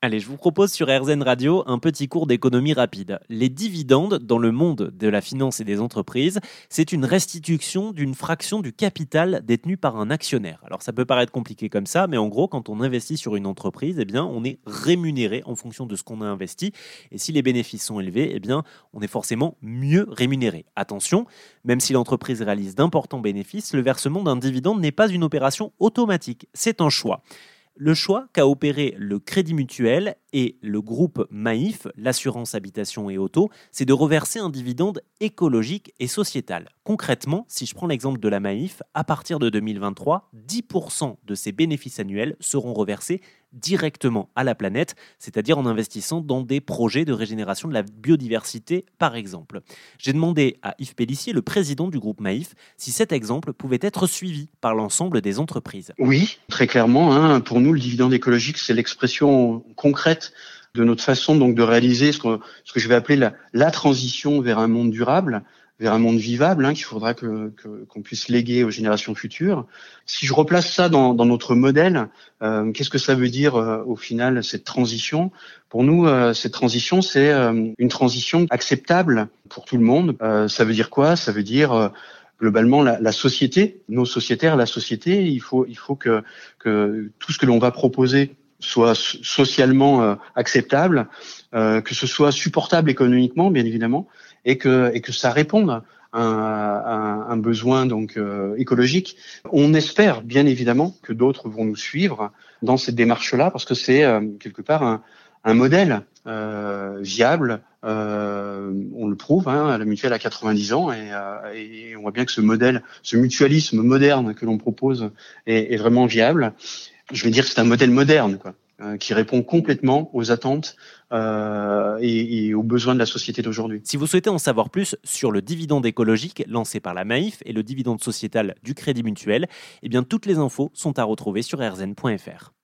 Allez, je vous propose sur RZN Radio un petit cours d'économie rapide. Les dividendes dans le monde de la finance et des entreprises, c'est une restitution d'une fraction du capital détenu par un actionnaire. Alors ça peut paraître compliqué comme ça, mais en gros, quand on investit sur une entreprise, eh bien, on est rémunéré en fonction de ce qu'on a investi. Et si les bénéfices sont élevés, eh bien, on est forcément mieux rémunéré. Attention, même si l'entreprise réalise d'importants bénéfices, le versement d'un dividende n'est pas une opération automatique, c'est un choix. Le choix qu'a opéré le Crédit Mutuel et le groupe Maïf, l'assurance habitation et auto, c'est de reverser un dividende écologique et sociétal. Concrètement, si je prends l'exemple de la Maïf, à partir de 2023, 10% de ses bénéfices annuels seront reversés directement à la planète, c'est-à-dire en investissant dans des projets de régénération de la biodiversité, par exemple. J'ai demandé à Yves Pellissier, le président du groupe Maïf, si cet exemple pouvait être suivi par l'ensemble des entreprises. Oui, très clairement. Pour nous, le dividende écologique, c'est l'expression concrète de notre façon donc de réaliser ce que je vais appeler la transition vers un monde durable, vers un monde vivable, qu'il faudra qu'on puisse léguer aux générations futures. Si je replace ça dans notre modèle, qu'est-ce que ça veut dire au final, cette transition ? Pour nous, cette transition, c'est une transition acceptable pour tout le monde. Ça veut dire quoi ? Ça veut dire globalement la société, nos sociétaires, la société, il faut que tout ce que l'on va proposer soit socialement acceptable, que ce soit supportable économiquement, bien évidemment, et que ça réponde à un besoin donc écologique. On espère bien évidemment que d'autres vont nous suivre dans cette démarche-là, parce que c'est quelque part un modèle viable. On le prouve, la mutuelle a 90 ans et on voit bien que ce modèle, ce mutualisme moderne que l'on propose est vraiment viable. Je vais dire que c'est un modèle moderne, qui répond complètement aux attentes et aux besoins de la société d'aujourd'hui. Si vous souhaitez en savoir plus sur le dividende écologique lancé par la Maïf et le dividende sociétal du Crédit Mutuel, eh bien toutes les infos sont à retrouver sur rzn.fr.